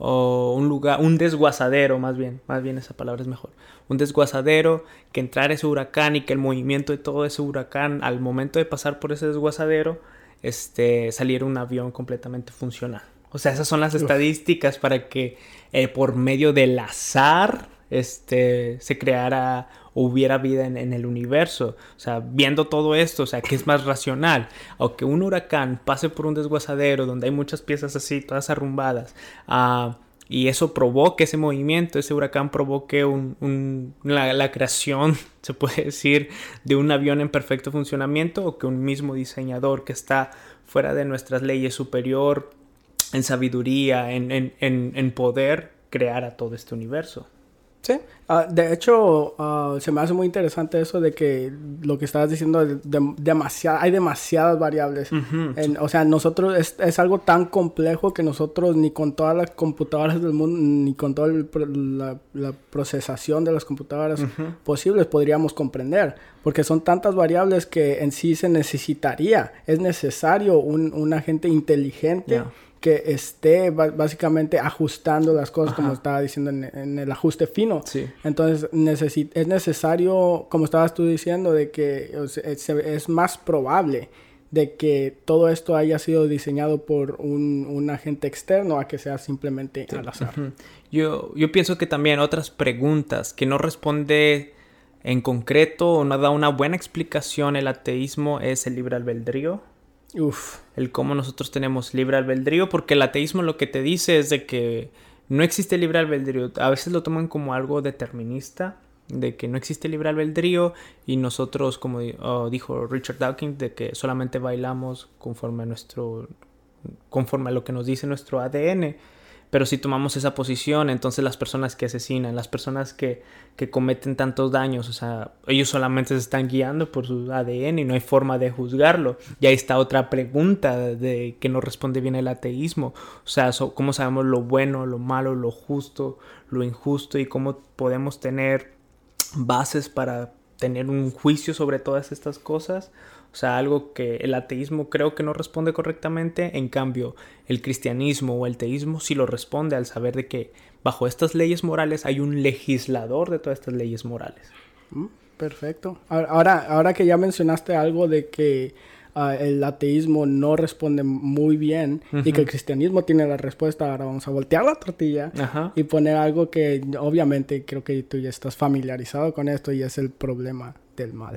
o un lugar, un desguazadero más bien, más bien esa palabra es mejor, un desguazadero, que entrara ese huracán y que el movimiento de todo ese huracán al momento de pasar por ese desguazadero, este, saliera un avión completamente funcional. O sea, esas son las Uf. estadísticas para que eh, por medio del azar este, se creara o hubiera vida en, en el universo. O sea, viendo todo esto, o sea, ¿qué es más racional? O que un huracán pase por un desguazadero donde hay muchas piezas así, todas arrumbadas, uh, y eso provoque ese movimiento, ese huracán provoque un, un, la, la creación, se puede decir, de un avión en perfecto funcionamiento, o que un mismo diseñador que está fuera de nuestras leyes superior en sabiduría, en, en, en, en poder, creara todo este universo. Sí, uh, de hecho uh, se me hace muy interesante eso de que lo que estabas diciendo de, de, demasiada, hay demasiadas variables. Uh-huh. En, o sea, nosotros es, es algo tan complejo que nosotros ni con todas las computadoras del mundo, ni con toda el, la, la procesación de las computadoras uh-huh. posibles podríamos comprender, porque son tantas variables que en sí se necesitaría, es necesario un, un agente inteligente yeah. que esté b- básicamente ajustando las cosas, Ajá. como estaba diciendo en, en el ajuste fino. Sí. Entonces necesi- es necesario, como estabas tú diciendo, de que o sea, es, es más probable de que todo esto haya sido diseñado por un, un agente externo a que sea simplemente sí. al azar. Uh-huh. Yo, yo pienso que también otras preguntas que no responde en concreto o no da una buena explicación el ateísmo es el libre albedrío. Uf. El cómo nosotros tenemos libre albedrío, porque el ateísmo lo que te dice es de que no existe libre albedrío. A veces lo toman como algo determinista, de que no existe libre albedrío y nosotros, como oh, dijo Richard Dawkins, de que solamente bailamos conforme a nuestro, conforme a lo que nos dice nuestro A D N. Pero si tomamos esa posición, entonces las personas que asesinan, las personas que, que cometen tantos daños, o sea, ellos solamente se están guiando por su A D N y no hay forma de juzgarlo. Y ahí está otra pregunta de que no responde bien el ateísmo. O sea, so, ¿cómo sabemos lo bueno, lo malo, lo justo, lo injusto y cómo podemos tener bases para tener un juicio sobre todas estas cosas? O sea, algo que el ateísmo creo que no responde correctamente. En cambio, el cristianismo o el teísmo sí lo responde al saber de que bajo estas leyes morales hay un legislador de todas estas leyes morales. Mm, perfecto. Ahora, ahora que ya mencionaste algo de que uh, el ateísmo no responde muy bien uh-huh. y que el cristianismo tiene la respuesta, ahora vamos a voltear la tortilla uh-huh. y poner algo que obviamente creo que tú ya estás familiarizado con esto y es el problema del mal.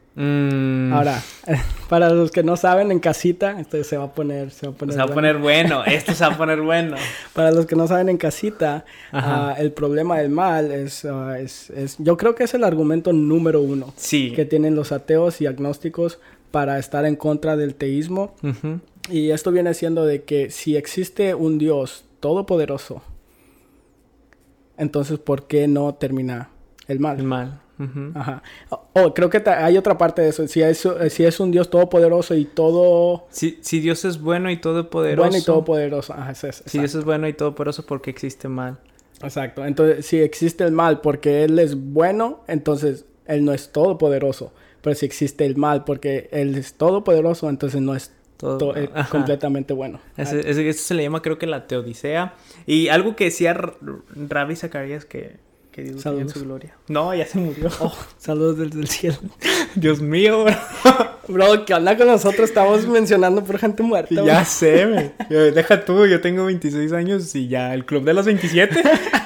Mm. Ahora, para los que no saben, en casita, esto se va a poner... Se va a poner, se va a poner bueno. bueno. Esto se va a poner bueno. Para los que no saben, en casita, uh, el problema del mal es, uh, es, es... Yo creo que es el argumento número uno. Sí. Que tienen los ateos y agnósticos para estar en contra del teísmo. Uh-huh. Y esto viene siendo de que si existe un Dios todopoderoso, entonces, ¿por qué no termina el mal? El mal. Uh-huh. Ajá. Oh, creo que hay otra parte de eso. Si es, si es un Dios todopoderoso y todo... Si, si Dios es bueno y todopoderoso... Bueno y todopoderoso. Ajá, es eso. Si Dios es bueno y todopoderoso, ¿por qué existe mal? Exacto. Entonces, si existe el mal porque Él es bueno, entonces Él no es todopoderoso. Pero si existe el mal porque Él es todopoderoso, entonces no es todo, to- eh, completamente bueno. Ese, ese, eso se le llama, creo que, la teodicea. Y algo que decía R- Ravi Zacarías que... Que Dios tenga en su gloria. No, ya se murió. Oh, saludos desde el cielo. Dios mío, bro. Bro, ¿qué onda con nosotros? Estamos mencionando por gente muerta. Ya bro. sé, me. Deja tú, yo tengo veintiséis años y ya el club de los veintisiete.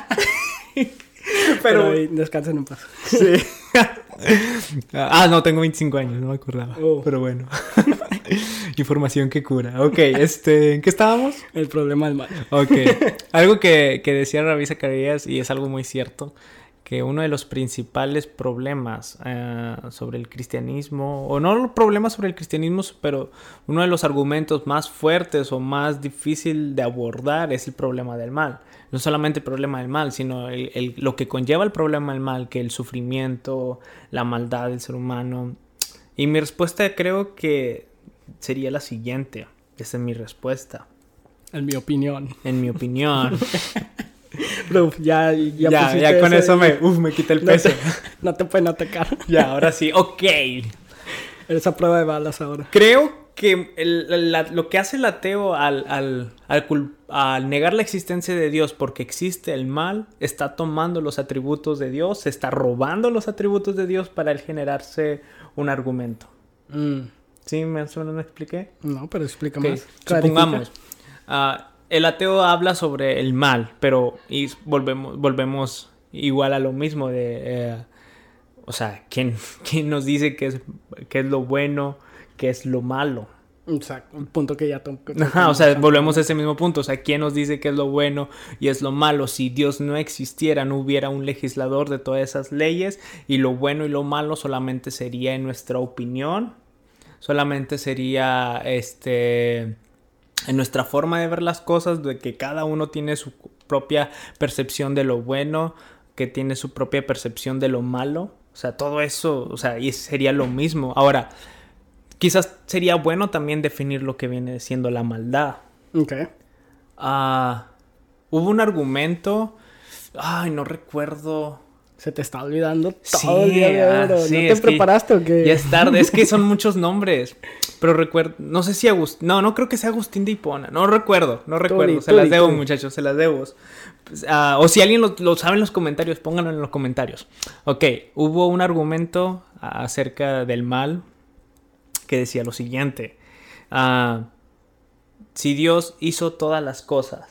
Pero, Pero descansen en paz. Sí. Ah, no, tengo veinticinco años, no me acordaba. Oh. Pero bueno. Información que cura. Ok, este, ¿en qué estábamos? El problema del mal. Ok. Algo que, que decía Ravi Zacarías, y es algo muy cierto, que uno de los principales problemas uh, sobre el cristianismo, o no problemas sobre el cristianismo, pero uno de los argumentos más fuertes o más difícil de abordar es el problema del mal. No solamente el problema del mal, sino el, el, lo que conlleva el problema del mal, que el sufrimiento, la maldad del ser humano. Y mi respuesta creo que sería la siguiente. Esa es mi respuesta. En mi opinión. En mi opinión. Bro, ya, ya, ya, ya con eso, eso me, uf, me quita el peso. No te, no te pueden atacar. Ya, ahora sí. Ok. Esa prueba de balas ahora. Creo que el, la, lo que hace el ateo al, al, al, al negar la existencia de Dios porque existe el mal, está tomando los atributos de Dios, se está robando los atributos de Dios para él generarse un argumento. Mm. ¿Sí? ¿Me, me expliqué? No, pero explica okay. más. Supongamos, uh, el ateo habla sobre el mal, pero y volvemos, volvemos igual a lo mismo de... Eh, o sea, ¿quién, quién nos dice qué es, qué es lo bueno, qué es lo malo? Exacto, un punto que ya... To- to- Ajá, o sea, volvemos a ese mismo punto. O sea, ¿quién nos dice qué es lo bueno y es lo malo? Si Dios no existiera, no hubiera un legislador de todas esas leyes y lo bueno y lo malo solamente sería en nuestra opinión, solamente sería este en nuestra forma de ver las cosas, de que cada uno tiene su propia percepción de lo bueno, que tiene su propia percepción de lo malo. O sea, todo eso, o sea, y sería lo mismo. Ahora, quizás sería bueno también definir lo que viene siendo la maldad. Ok. Uh, hubo un argumento... Ay, no recuerdo... Se te está olvidando todo sí, el día de hoy. ¿No sí, te preparaste o qué? Ya es tarde. Es que son muchos nombres. Pero recuerdo... No sé si Agustín... No, no creo que sea Agustín de Hipona. No recuerdo. No recuerdo. Turi, se turi, las debo, turi. muchachos. Se las debo. Pues, uh, o si alguien lo, lo sabe en los comentarios, pónganlo en los comentarios. Ok. Hubo un argumento acerca del mal que decía lo siguiente. Uh, si Dios hizo todas las cosas,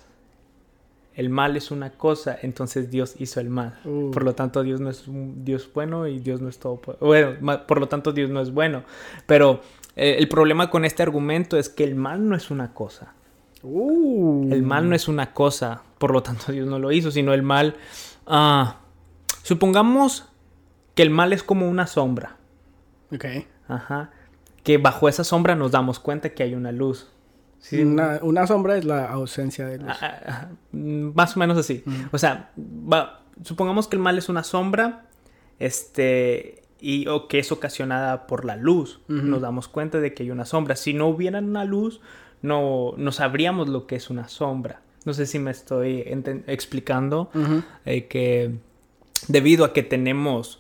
el mal es una cosa, entonces Dios hizo el mal. Uh. Por lo tanto, Dios no es un Dios bueno y Dios no es todo... Bueno, por lo tanto, Dios no es bueno. Pero eh, el problema con este argumento es que el mal no es una cosa. Uh. El mal no es una cosa, por lo tanto, Dios no lo hizo, sino el mal... Uh, supongamos que el mal es como una sombra. Ok. Ajá. Que bajo esa sombra nos damos cuenta que hay una luz. ¿Sí? Una, una sombra es la ausencia de luz. Ah, ah, más o menos así. Uh-huh. O sea, va, supongamos que el mal es una sombra, este, y o que es ocasionada por la luz. Uh-huh. Nos damos cuenta de que hay una sombra. Si no hubiera una luz, no, no sabríamos lo que es una sombra. No sé si me estoy ent- explicando. Uh-huh. eh, que debido a que tenemos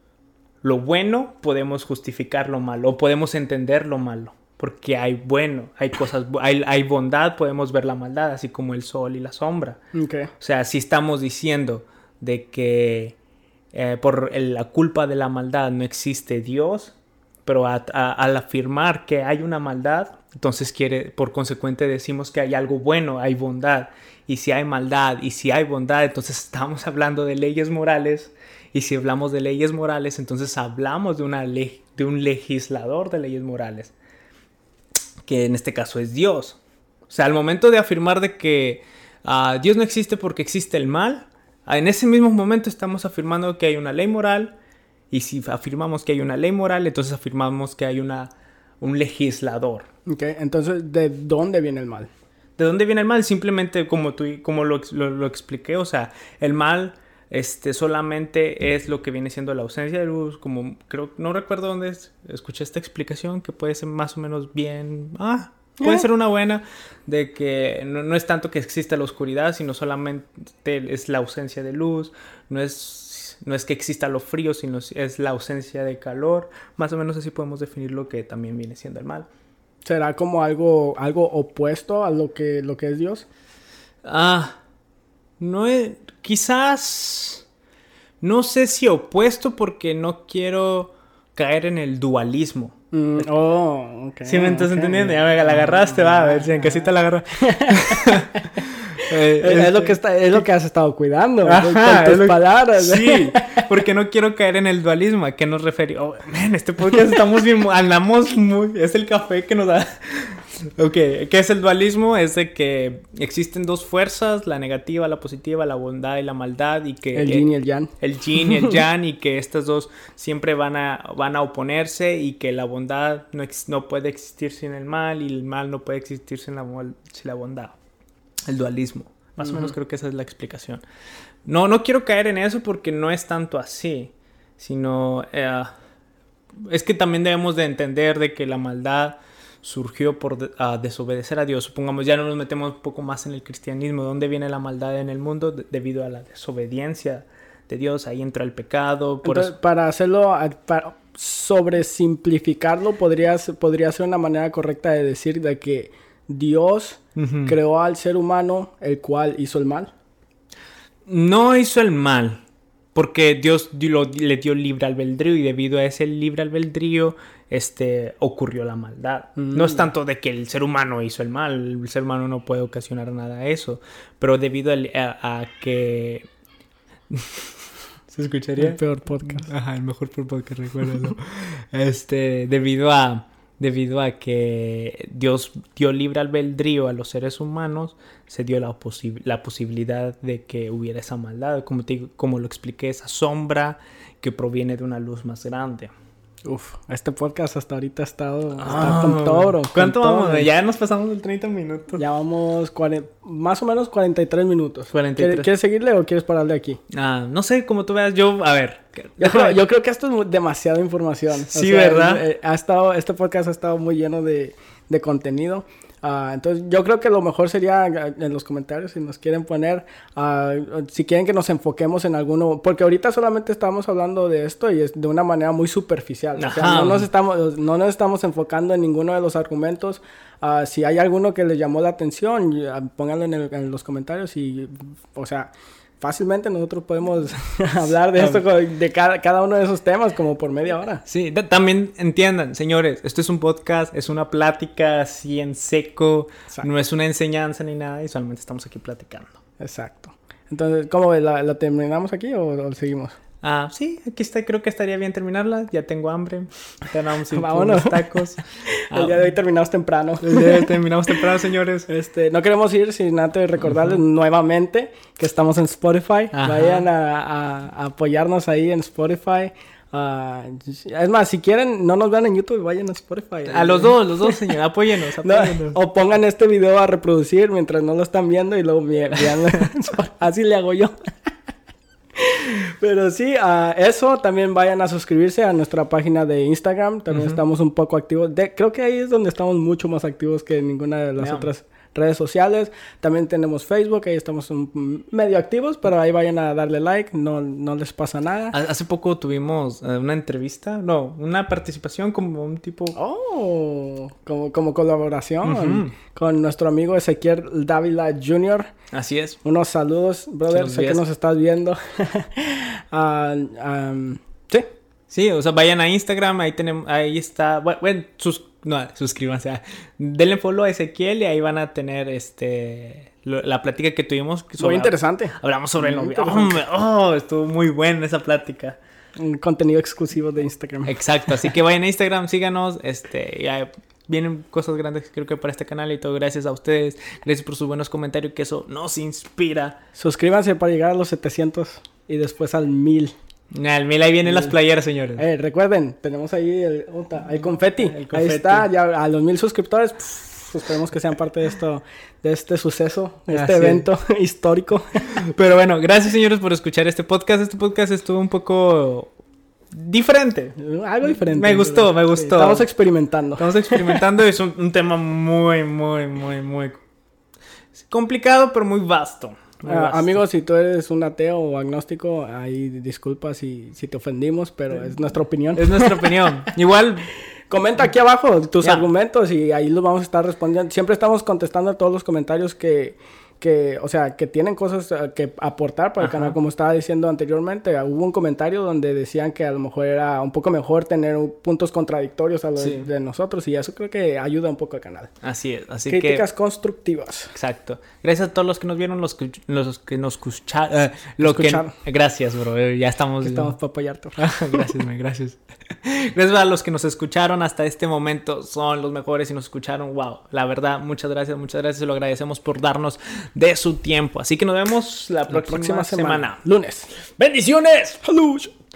lo bueno, podemos justificar lo malo, o podemos entender lo malo. Porque hay bueno, hay cosas, hay, hay bondad, podemos ver la maldad, así como el sol y la sombra. Okay. O sea, si estamos diciendo de que eh, por el, la culpa de la maldad no existe Dios, pero a, a, al afirmar que hay una maldad, entonces quiere, por consecuente decimos que hay algo bueno, hay bondad. Y si hay maldad y si hay bondad, entonces estamos hablando de leyes morales Y si hablamos de leyes morales, entonces hablamos de, una le- de un legislador de leyes morales, que en este caso es Dios. O sea, al momento de afirmar de que uh, Dios no existe porque existe el mal, en ese mismo momento estamos afirmando que hay una ley moral. Y si afirmamos que hay una ley moral, entonces afirmamos que hay una, un legislador. Ok, entonces, ¿de dónde viene el mal? ¿De dónde viene el mal? Simplemente como, tú, como lo, lo, lo expliqué, o sea, el mal este, solamente es lo que viene siendo la ausencia de luz, como creo, no recuerdo dónde es, escuché esta explicación que puede ser más o menos bien, ah, puede yeah. ser una buena, de que no, no es tanto que exista la oscuridad, sino solamente es la ausencia de luz, no es... No es que exista lo frío, sino es la ausencia de calor. Más o menos así podemos definir lo que también viene siendo el mal. ¿Será como algo, algo opuesto a lo que, lo que es Dios? Ah, no es... Quizás... No sé si opuesto porque no quiero caer en el dualismo. Mm, oh, ok. ¿Sí me estás okay. entendiendo? Ya me la agarraste, va, a ver si en casita la agarro. Eh, es, este... lo que está, es lo que has estado cuidando. Ajá, con tus lo... palabras. Sí, porque no quiero caer en el dualismo. ¿A qué nos referimos? Oh, man, este podcast estamos bien... Andamos muy... Es el café que nos da... Ok, ¿qué es el dualismo? Es de que existen dos fuerzas, la negativa, la positiva, la bondad y la maldad, y que... El yin y el yang. El yin y el yang, y que estas dos siempre van a, van a oponerse, y que la bondad no, ex, no puede existir sin el mal, y el mal no puede existir sin la, sin la bondad. El dualismo. Más o uh-huh. menos creo que esa es la explicación. No, no quiero caer en eso porque no es tanto así, sino... Eh, es que también debemos de entender de que la maldad surgió por de, uh, desobedecer a Dios. Supongamos, ya no nos metemos un poco más en el cristianismo. ¿De dónde viene la maldad en el mundo? De, debido a la desobediencia de Dios. Ahí entra el pecado. Por Entonces, eso... para hacerlo... Para sobresimplificarlo, podría, podría ser una manera correcta de decir de que Dios uh-huh. creó al ser humano, el cual hizo el mal. No hizo el mal, porque Dios lo, le dio libre albedrío, y debido a ese libre albedrío este, ocurrió la maldad. Mm. No es tanto de que el ser humano hizo el mal, el ser humano no puede ocasionar nada a eso, pero debido a, a, a que... ¿Se escucharía? El peor podcast. Ajá, el mejor podcast, recuérdalo. este, debido a... Debido a que Dios dio libre albedrío a los seres humanos, se dio la, posi- la posibilidad de que hubiera esa maldad. Como, te digo, como lo expliqué, esa sombra que proviene de una luz más grande. Uf, este podcast hasta ahorita ha estado oh, está con toro. ¿Cuánto con vamos? toro. Ya nos pasamos de treinta minutos. Ya vamos cuarenta, más o menos cuarenta y tres minutos. cuarenta y tres. ¿Quieres seguirle o quieres pararle aquí? Ah, no sé, como tú veas. Yo, a ver. Yo creo, yo creo que esto es demasiada información. Sí, o sea, ¿verdad? Eh, ha estado, este podcast ha estado muy lleno de, de contenido. Uh, entonces yo creo que lo mejor sería en los comentarios si nos quieren poner uh, si quieren que nos enfoquemos en alguno, porque ahorita solamente estamos hablando de esto y es de una manera muy superficial. O sea, no nos estamos no nos estamos enfocando en ninguno de los argumentos. Uh, si hay alguno que les llamó la atención, pónganlo en, el, en los comentarios y, o sea, fácilmente nosotros podemos hablar de esto, de cada, cada uno de esos temas como por media hora. Sí, t- también entiendan, señores, esto es un podcast, es una plática así en seco, exacto. No es una enseñanza ni nada, y solamente estamos aquí platicando. Exacto. Entonces, ¿cómo ves? ¿La, la terminamos aquí o, o seguimos? Ah, sí, aquí está, creo que estaría bien terminarla. Ya tengo hambre. Tenemos unos tacos. El día de hoy terminamos temprano. El día de hoy terminamos temprano, señores. Este, no queremos ir sin antes recordarles uh-huh. nuevamente que estamos en Spotify. Ajá. Vayan a, a, a apoyarnos ahí en Spotify. Uh, es más, si quieren, no nos vean en YouTube, vayan a Spotify. A los dos, los dos, señor. Apóyenos, apóyenos. No, o pongan este video a reproducir mientras no lo están viendo y luego vean. Así le hago yo. Pero sí, uh, eso, también vayan a suscribirse a nuestra página de Instagram. También uh-huh. estamos un poco activos. De, creo que ahí es donde estamos mucho más activos que en ninguna de las yeah. otras redes sociales. También tenemos Facebook, ahí estamos un, medio activos, pero ahí vayan a darle like, no, no les pasa nada. Hace poco tuvimos uh, una entrevista, no, una participación como un tipo... Oh, como, como colaboración uh-huh. con nuestro amigo Ezequiel Dávila junior Así es. Unos saludos, brother, sé que nos estás viendo. uh, um, sí. Sí, o sea, vayan a Instagram, ahí tenemos, ahí está, bueno, bueno sus, no, suscríbanse, denle follow a Ezequiel y ahí van a tener este lo, la plática que tuvimos. Sobre, muy interesante. Hablamos sobre muy el novio. Oh, estuvo muy buena esa plática. Un contenido exclusivo de Instagram. Exacto, así que vayan a Instagram, síganos, este, ya vienen cosas grandes creo que para este canal y todo, gracias a ustedes, gracias por sus buenos comentarios, que eso nos inspira. Suscríbanse para llegar a los setecientos y después al mil. Al mil ahí vienen las playeras, señores. Eh, recuerden, tenemos ahí el, el, confeti. el confeti, ahí está, ya a los mil suscriptores, pff, esperemos que sean parte de esto, de este suceso, de este Así evento es. histórico. Pero bueno, gracias señores por escuchar este podcast, este podcast estuvo un poco... diferente. Algo diferente. Me gustó, me gustó. Sí, estamos experimentando. Estamos experimentando. Es un, un tema muy, muy, muy, muy complicado, pero muy vasto. Muy uh, vasto. Amigos, si tú eres un ateo o agnóstico, ahí disculpa si, si te ofendimos, pero es nuestra opinión. Es nuestra opinión. Igual... comenta aquí abajo tus yeah. argumentos y ahí los vamos a estar respondiendo. Siempre estamos contestando a todos los comentarios que... que, o sea, que tienen cosas uh, que aportar para el Ajá. canal, como estaba diciendo anteriormente. Hubo un comentario donde decían que a lo mejor era un poco mejor tener un, puntos contradictorios a los sí. de, de nosotros, y eso creo que ayuda un poco al canal. Así es, así Críticas que... Críticas constructivas. Exacto. Gracias a todos los que nos vieron, los que, los que nos escucharon. Uh, lo escucharon. Que... Gracias, bro. Ya estamos... Que estamos para apoyarte. Gracias, man, gracias. Gracias a los que nos escucharon hasta este momento. Son los mejores y nos escucharon. Wow. La verdad, muchas gracias, muchas gracias. Lo agradecemos por darnos de su tiempo. Así que nos vemos la, la próxima, próxima semana. semana. Lunes. ¡Bendiciones! ¡Salud!